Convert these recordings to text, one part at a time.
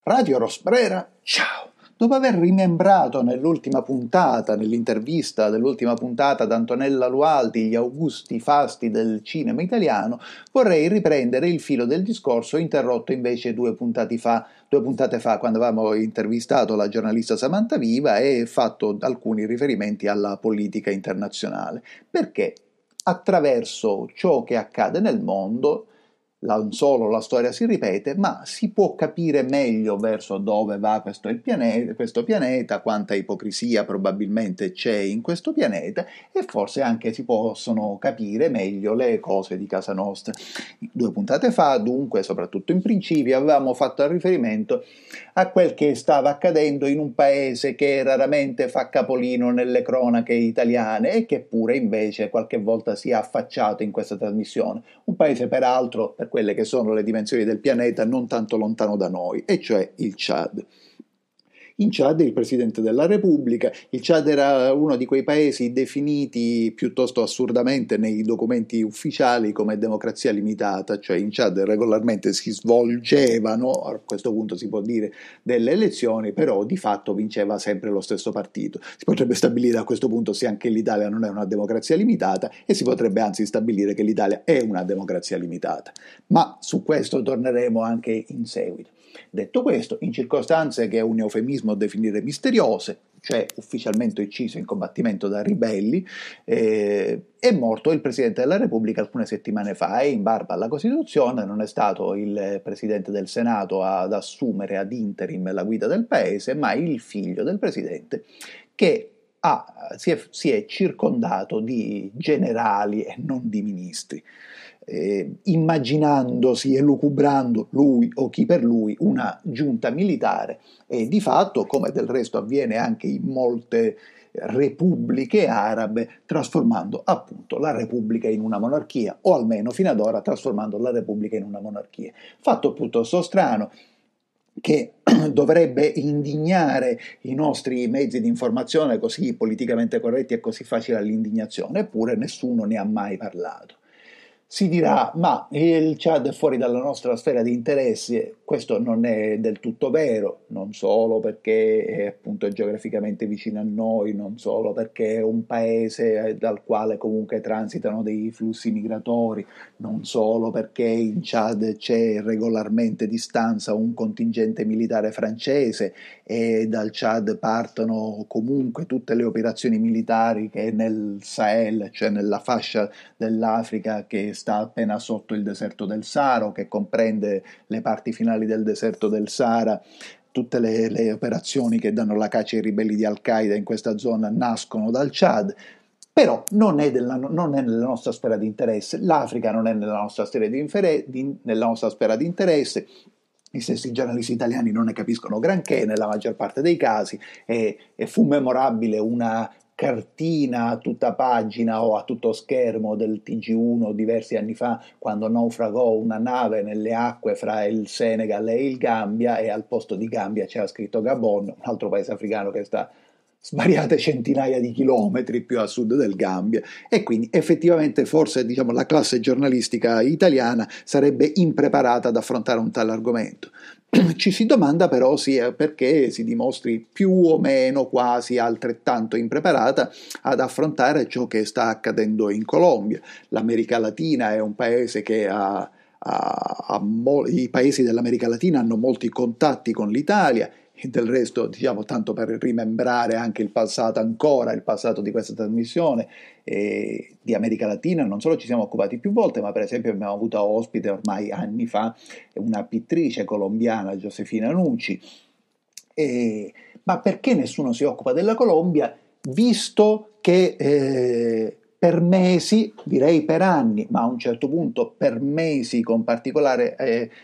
Radio Rosbrera, ciao! Dopo aver rimembrato nell'intervista dell'ultima puntata d'Antonella Lualdi gli augusti fasti del cinema italiano, vorrei riprendere il filo del discorso interrotto invece due puntate fa, quando avevamo intervistato la giornalista Samantha Viva e fatto alcuni riferimenti alla politica internazionale. Perché attraverso ciò che accade nel mondo, non solo la storia si ripete, ma si può capire meglio verso dove va questo pianeta, quanta ipocrisia probabilmente c'è in questo pianeta e forse anche si possono capire meglio le cose di casa nostra. 2 puntate fa, dunque, soprattutto in principio, avevamo fatto riferimento a quel che stava accadendo in un paese che raramente fa capolino nelle cronache italiane e che pure invece qualche volta si è affacciato in questa trasmissione. Un paese peraltro, per quelle che sono le dimensioni del pianeta, non tanto lontano da noi, e cioè il Chad. In Chad il Presidente della Repubblica, il Chad era uno di quei paesi definiti piuttosto assurdamente nei documenti ufficiali come democrazia limitata, cioè in Chad regolarmente si svolgevano, a questo punto si può dire, delle elezioni, però di fatto vinceva sempre lo stesso partito. Si potrebbe stabilire a questo punto se anche l'Italia non è una democrazia limitata e si potrebbe anzi stabilire che l'Italia è una democrazia limitata. Ma su questo torneremo anche in seguito. Detto questo, in circostanze che è un eufemismo definire misteriose, cioè ufficialmente ucciso in combattimento da ribelli, è morto il Presidente della Repubblica alcune settimane fa e in barba alla Costituzione non è stato il Presidente del Senato ad assumere ad interim la guida del Paese, ma il figlio del Presidente che si è circondato di generali e non di ministri. Immaginandosi e lucubrando lui o chi per lui una giunta militare e di fatto, come del resto avviene anche in molte repubbliche arabe, trasformando appunto la repubblica in una monarchia, o almeno fino ad ora trasformando la repubblica in una monarchia. Fatto piuttosto strano che dovrebbe indignare i nostri mezzi di informazione così politicamente corretti e così facile all'indignazione, eppure nessuno ne ha mai parlato. Si dirà, ma il Chad è fuori dalla nostra sfera di interessi. Questo non è del tutto vero, non solo perché è appunto geograficamente vicino a noi, non solo perché è un paese dal quale comunque transitano dei flussi migratori, non solo perché in Chad c'è regolarmente di stanza un contingente militare francese e dal Chad partono comunque tutte le operazioni militari che nel Sahel, cioè nella fascia dell'Africa che sta appena sotto il deserto del Sahara, che comprende le parti finali del deserto del Sahara. Tutte le operazioni che danno la caccia ai ribelli di Al-Qaeda in questa zona nascono dal Chad, però non è nella nostra sfera di interesse. L'Africa non è nella nostra sfera di interesse. I stessi giornalisti italiani non ne capiscono granché nella maggior parte dei casi e fu memorabile una cartina a tutta pagina o a tutto schermo del TG1 diversi anni fa quando naufragò una nave nelle acque fra il Senegal e il Gambia e al posto di Gambia c'era scritto Gabon, un altro paese africano che sta svariate centinaia di chilometri più a sud del Gambia, e quindi effettivamente forse la classe giornalistica italiana sarebbe impreparata ad affrontare un tale argomento. Ci si domanda però perché si dimostri più o meno quasi altrettanto impreparata ad affrontare ciò che sta accadendo in Colombia. L'America Latina è un paese che i paesi dell'America Latina hanno molti contatti con l'Italia. Del resto, tanto per rimembrare anche il passato di questa trasmissione, di America Latina non solo ci siamo occupati più volte, ma per esempio abbiamo avuto ospite ormai anni fa una pittrice colombiana, Josefina Nucci. Ma perché nessuno si occupa della Colombia, visto che per mesi, direi per anni, ma a un certo punto per mesi con particolare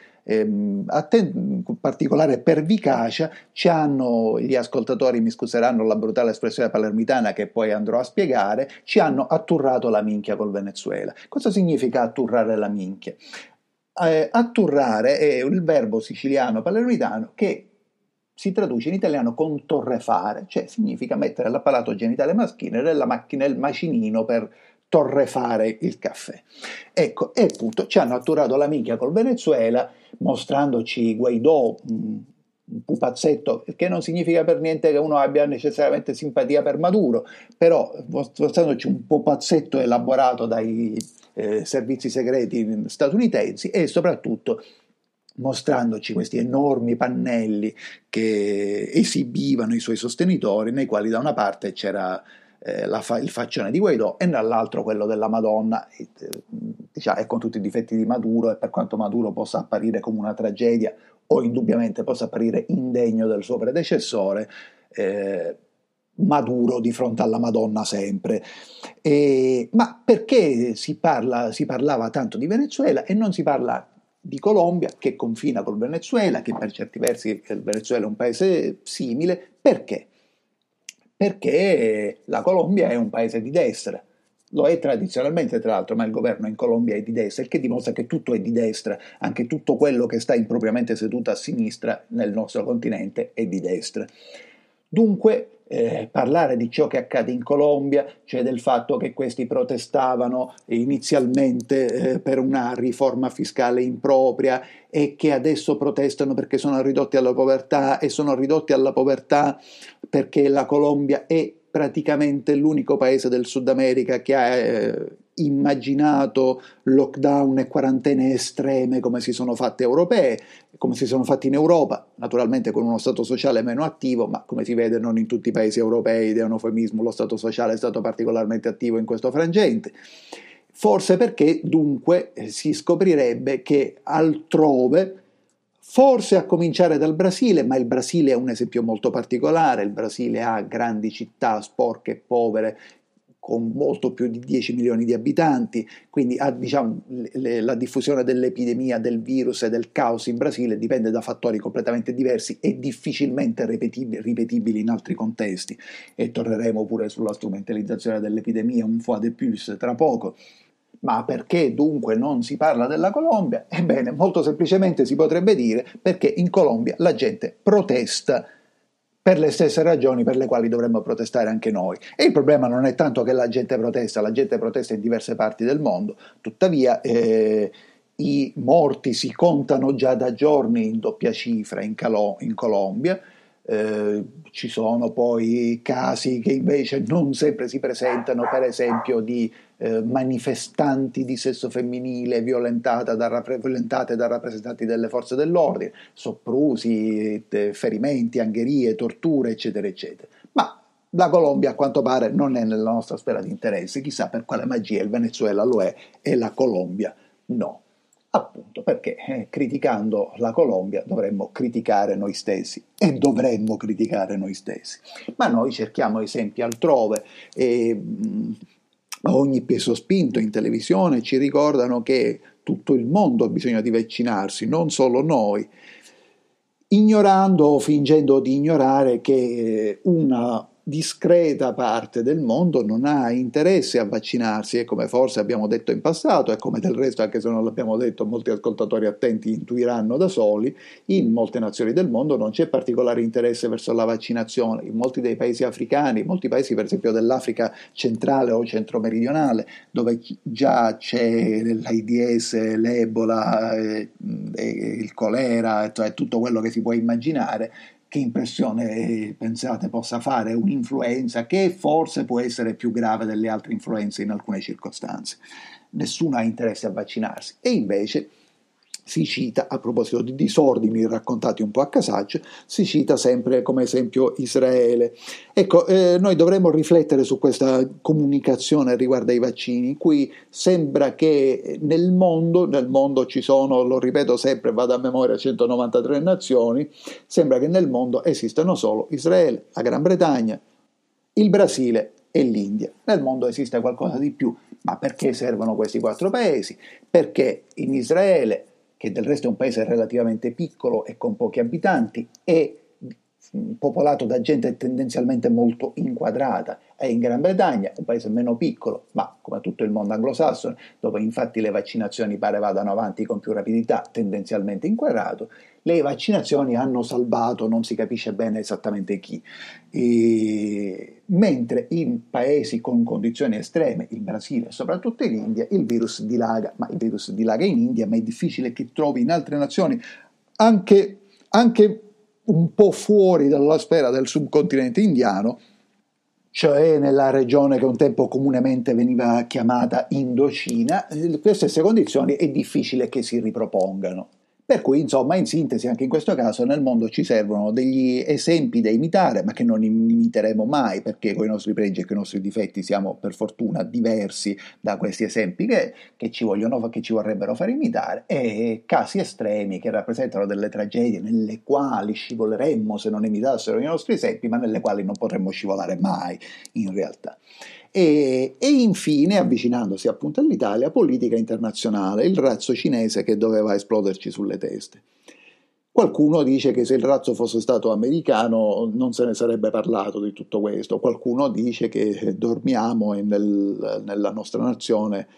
pervicacia, gli ascoltatori mi scuseranno la brutale espressione palermitana che poi andrò a spiegare, ci hanno atturrato la minchia col Venezuela. Cosa significa atturrare la minchia? Atturrare è il verbo siciliano palermitano che si traduce in italiano con torrefare, cioè significa mettere l'apparato genitale maschile nel macinino per torrefare il caffè. Ecco, e appunto ci hanno atturato la minchia col Venezuela, mostrandoci Guaidó un pupazzetto, che non significa per niente che uno abbia necessariamente simpatia per Maduro, però mostrandoci un pupazzetto elaborato dai servizi segreti statunitensi e soprattutto mostrandoci questi enormi pannelli che esibivano i suoi sostenitori, nei quali da una parte c'era il faccione di Guaidó e dall'altro quello della Madonna, diciamo, e con tutti i difetti di Maduro, e per quanto Maduro possa apparire come una tragedia o indubbiamente possa apparire indegno del suo predecessore, Maduro di fronte alla Madonna sempre. Ma perché si parlava tanto di Venezuela e non si parla di Colombia, che confina col Venezuela, che per certi versi il Venezuela è un paese simile? Perché? Perché la Colombia è un paese di destra. Lo è tradizionalmente, tra l'altro, ma il governo in Colombia è di destra, il che dimostra che tutto è di destra, anche tutto quello che sta impropriamente seduto a sinistra nel nostro continente è di destra. Dunque, parlare di ciò che accade in Colombia, cioè del fatto che questi protestavano inizialmente per una riforma fiscale impropria e che adesso protestano perché sono ridotti alla povertà e sono ridotti alla povertà perché la Colombia è praticamente l'unico paese del Sud America che ha immaginato lockdown e quarantene estreme come si sono fatte europee, come si sono fatti in Europa, naturalmente con uno Stato sociale meno attivo, ma come si vede non in tutti i paesi europei, è un eufemismo, lo Stato sociale è stato particolarmente attivo in questo frangente. Forse perché dunque si scoprirebbe che altrove, forse a cominciare dal Brasile, ma il Brasile è un esempio molto particolare, il Brasile ha grandi città sporche e povere con molto più di 10 milioni di abitanti, quindi diciamo, la diffusione dell'epidemia, del virus e del caos in Brasile dipende da fattori completamente diversi e difficilmente ripetibili in altri contesti. E torneremo pure sulla strumentalizzazione dell'epidemia un fois de plus tra poco. Ma perché dunque non si parla della Colombia? Ebbene, molto semplicemente si potrebbe dire perché in Colombia la gente protesta per le stesse ragioni per le quali dovremmo protestare anche noi. E il problema non è tanto che la gente protesta in diverse parti del mondo, tuttavia i morti si contano già da giorni in doppia cifra in Colombia. Ci sono poi casi che invece non sempre si presentano, per esempio di manifestanti di sesso femminile violentate da rappresentanti delle forze dell'ordine, soprusi, ferimenti, angherie, torture, eccetera, eccetera. Ma la Colombia a quanto pare non è nella nostra sfera di interesse, chissà per quale magia il Venezuela lo è e la Colombia no. Appunto perché criticando la Colombia dovremmo criticare noi stessi e dovremmo criticare noi stessi. Ma noi cerchiamo esempi altrove e a ogni peso spinto in televisione ci ricordano che tutto il mondo ha bisogno di vaccinarsi, non solo noi, ignorando o fingendo di ignorare che una discreta parte del mondo non ha interesse a vaccinarsi e come forse abbiamo detto in passato e come del resto anche se non l'abbiamo detto molti ascoltatori attenti intuiranno da soli, in molte nazioni del mondo non c'è particolare interesse verso la vaccinazione. In molti dei paesi africani, in molti paesi per esempio dell'Africa centrale o centromeridionale, dove già c'è l'AIDS, l'Ebola, il colera, cioè tutto quello che si può immaginare, che impressione pensate possa fare un'influenza che forse può essere più grave delle altre influenze in alcune circostanze? Nessuno ha interesse a vaccinarsi e invece si cita, a proposito di disordini raccontati un po' a casaccio, si cita sempre come esempio Israele. Ecco, noi dovremmo riflettere su questa comunicazione riguardo ai vaccini, in cui sembra che nel mondo ci sono, lo ripeto sempre, vado a memoria, 193 nazioni, sembra che nel mondo esistano solo Israele, la Gran Bretagna, il Brasile e l'India. Nel mondo esiste qualcosa di più, ma perché servono questi 4 paesi? Perché in Israele, che del resto è un paese relativamente piccolo e con pochi abitanti, è popolato da gente tendenzialmente molto inquadrata, e in Gran Bretagna, un paese meno piccolo, ma come tutto il mondo anglosassone, dove infatti le vaccinazioni pare vadano avanti con più rapidità, tendenzialmente inquadrato, le vaccinazioni hanno salvato non si capisce bene esattamente chi. Mentre in paesi con condizioni estreme, il Brasile e soprattutto in India, il virus dilaga, ma il virus dilaga in India, ma è difficile che trovi in altre nazioni anche un po' fuori dalla sfera del subcontinente indiano, cioè nella regione che un tempo comunemente veniva chiamata Indocina. Queste stesse condizioni è difficile che si ripropongano. Per cui, insomma, in sintesi, anche in questo caso nel mondo ci servono degli esempi da imitare, ma che non imiteremo mai, perché con i nostri pregi e con i nostri difetti siamo per fortuna diversi da questi esempi che che ci vorrebbero far imitare, e casi estremi che rappresentano delle tragedie nelle quali scivoleremmo se non imitassero i nostri esempi, ma nelle quali non potremmo scivolare mai in realtà. E infine, avvicinandosi appunto all'Italia, politica internazionale, il razzo cinese che doveva esploderci sulle teste. Qualcuno dice che se il razzo fosse stato americano non se ne sarebbe parlato di tutto questo, qualcuno dice che dormiamo nella nostra nazione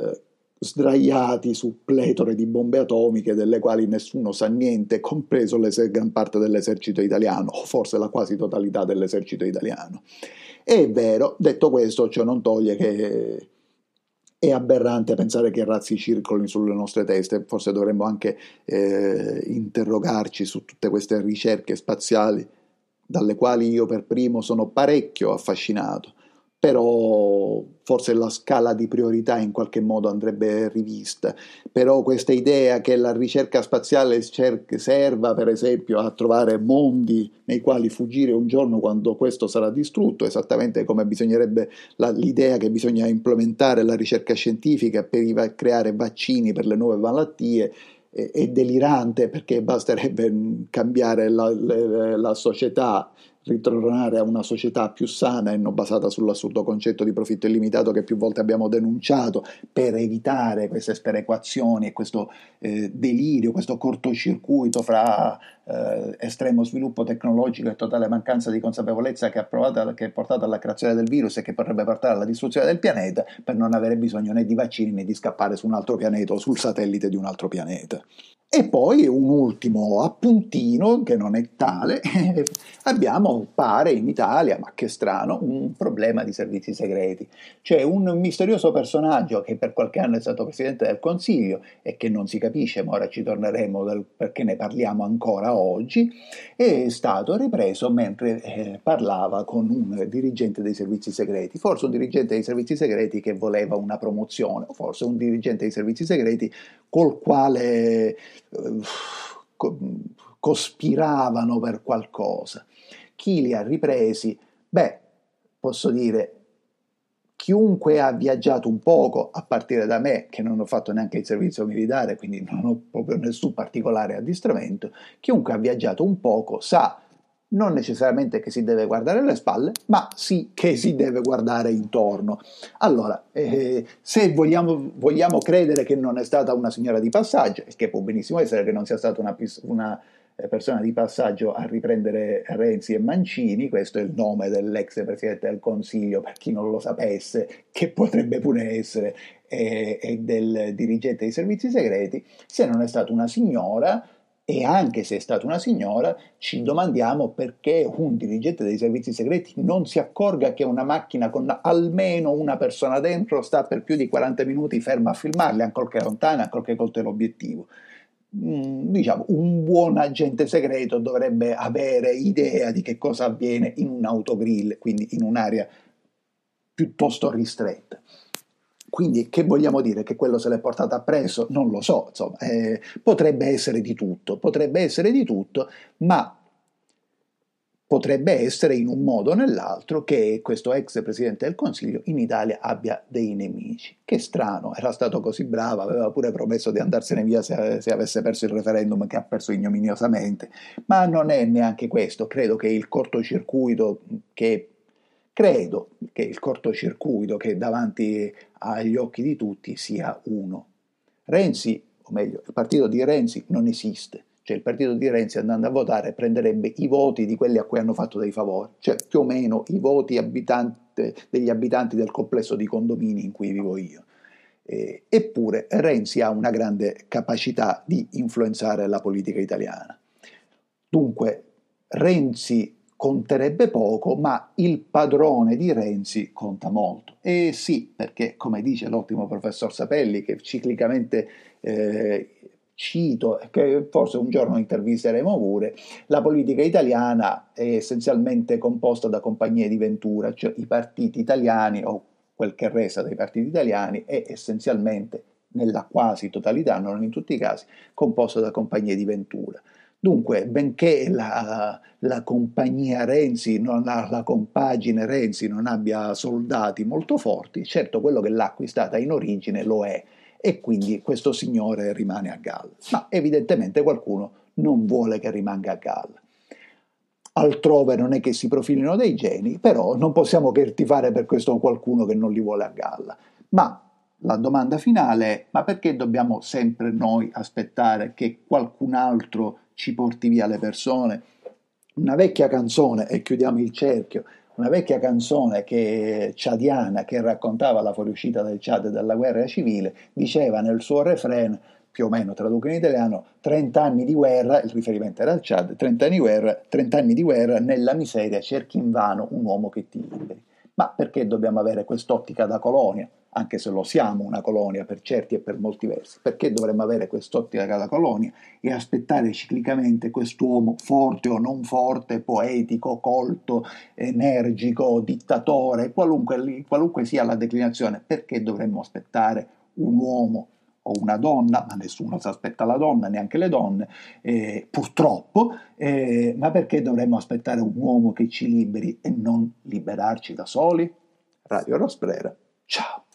sdraiati su pletore di bombe atomiche delle quali nessuno sa niente, compreso gran parte dell'esercito italiano, o forse la quasi totalità dell'esercito italiano. È vero, detto questo, ciò non toglie che è aberrante pensare che razzi circolino sulle nostre teste, forse dovremmo anche interrogarci su tutte queste ricerche spaziali dalle quali io per primo sono parecchio affascinato, però forse la scala di priorità in qualche modo andrebbe rivista, però questa idea che la ricerca spaziale serva per esempio a trovare mondi nei quali fuggire un giorno quando questo sarà distrutto, esattamente come bisognerebbe l'idea che bisogna implementare la ricerca scientifica per creare vaccini per le nuove malattie, è delirante, perché basterebbe cambiare la società, ritornare a una società più sana e non basata sull'assurdo concetto di profitto illimitato che più volte abbiamo denunciato, per evitare queste sperequazioni e questo delirio, questo cortocircuito fra estremo sviluppo tecnologico e totale mancanza di consapevolezza che è portata alla creazione del virus e che potrebbe portare alla distruzione del pianeta, per non avere bisogno né di vaccini né di scappare su un altro pianeta o sul satellite di un altro pianeta. E poi un ultimo appuntino, che non è tale, abbiamo, pare in Italia, ma che strano, un problema di servizi segreti. C'è un misterioso personaggio che per qualche anno è stato Presidente del Consiglio e che non si capisce, ma ora ci torneremo perché ne parliamo ancora oggi, è stato ripreso mentre parlava con un dirigente dei servizi segreti, forse un dirigente dei servizi segreti che voleva una promozione, o forse un dirigente dei servizi segreti col quale cospiravano per qualcosa. Chi li ha ripresi? Beh, posso dire, chiunque ha viaggiato un poco, a partire da me, che non ho fatto neanche il servizio militare, quindi non ho proprio nessun particolare addestramento, chiunque ha viaggiato un poco sa non necessariamente che si deve guardare alle spalle, ma sì che si deve guardare intorno. Allora, se vogliamo credere che non è stata una signora di passaggio, che può benissimo essere che non sia stata una persona di passaggio a riprendere Renzi e Mancini, questo è il nome dell'ex Presidente del Consiglio, per chi non lo sapesse, che potrebbe pure essere, e del dirigente dei servizi segreti, se non è stata una signora. E anche se è stata una signora, ci domandiamo perché un dirigente dei servizi segreti non si accorga che una macchina con almeno una persona dentro sta per più di 40 minuti ferma a filmarli, ancorché lontana, ancorché col teleobiettivo. Diciamo, un buon agente segreto dovrebbe avere idea di che cosa avviene in un autogrill, quindi in un'area piuttosto ristretta. Quindi che vogliamo dire? Che quello se l'è portato appresso? Non lo so, insomma, potrebbe essere di tutto, ma potrebbe essere in un modo o nell'altro che questo ex Presidente del Consiglio in Italia abbia dei nemici. Che strano, era stato così bravo, aveva pure promesso di andarsene via se avesse perso il referendum, che ha perso ignominiosamente, ma non è neanche questo. Credo che il cortocircuito che davanti agli occhi di tutti sia uno. Renzi, o meglio, il partito di Renzi non esiste. Cioè il partito di Renzi, andando a votare, prenderebbe i voti di quelli a cui hanno fatto dei favori, cioè più o meno i voti degli abitanti del complesso di condomini in cui vivo io. Eppure Renzi ha una grande capacità di influenzare la politica italiana. Dunque Renzi conterebbe poco, ma il padrone di Renzi conta molto. E sì, perché come dice l'ottimo professor Sapelli, che ciclicamente cito, che forse un giorno intervisteremo pure, la politica italiana è essenzialmente composta da compagnie di ventura, cioè i partiti italiani o quel che resta dei partiti italiani è essenzialmente, nella quasi totalità, non in tutti i casi, composta da compagnie di ventura. Dunque, benché la compagnia Renzi, la compagine Renzi non abbia soldati molto forti, certo quello che l'ha acquistata in origine lo è e quindi questo signore rimane a galla. Ma evidentemente qualcuno non vuole che rimanga a galla. Altrove non è che si profilino dei geni, però non possiamo che tifare per questo qualcuno che non li vuole a galla. Ma la domanda finale è: ma perché dobbiamo sempre noi aspettare che qualcun altro ci porti via le persone? Una vecchia canzone, e chiudiamo il cerchio, una vecchia canzone ciadiana che raccontava la fuoriuscita del Ciad e dalla guerra civile, diceva nel suo refrain, più o meno traduco in italiano, 30 anni di guerra, il riferimento era al Ciad, 30 anni di guerra, nella miseria cerchi invano un uomo che ti liberi. Ma perché dobbiamo avere quest'ottica da colonia? Anche se lo siamo una colonia per certi e per molti versi, perché dovremmo avere quest'ottica da colonia e aspettare ciclicamente quest'uomo forte o non forte, poetico, colto, energico, dittatore, qualunque sia la declinazione, perché dovremmo aspettare un uomo o una donna, ma nessuno si aspetta la donna, neanche le donne, purtroppo, ma perché dovremmo aspettare un uomo che ci liberi e non liberarci da soli? Radio Rosbrera, ciao!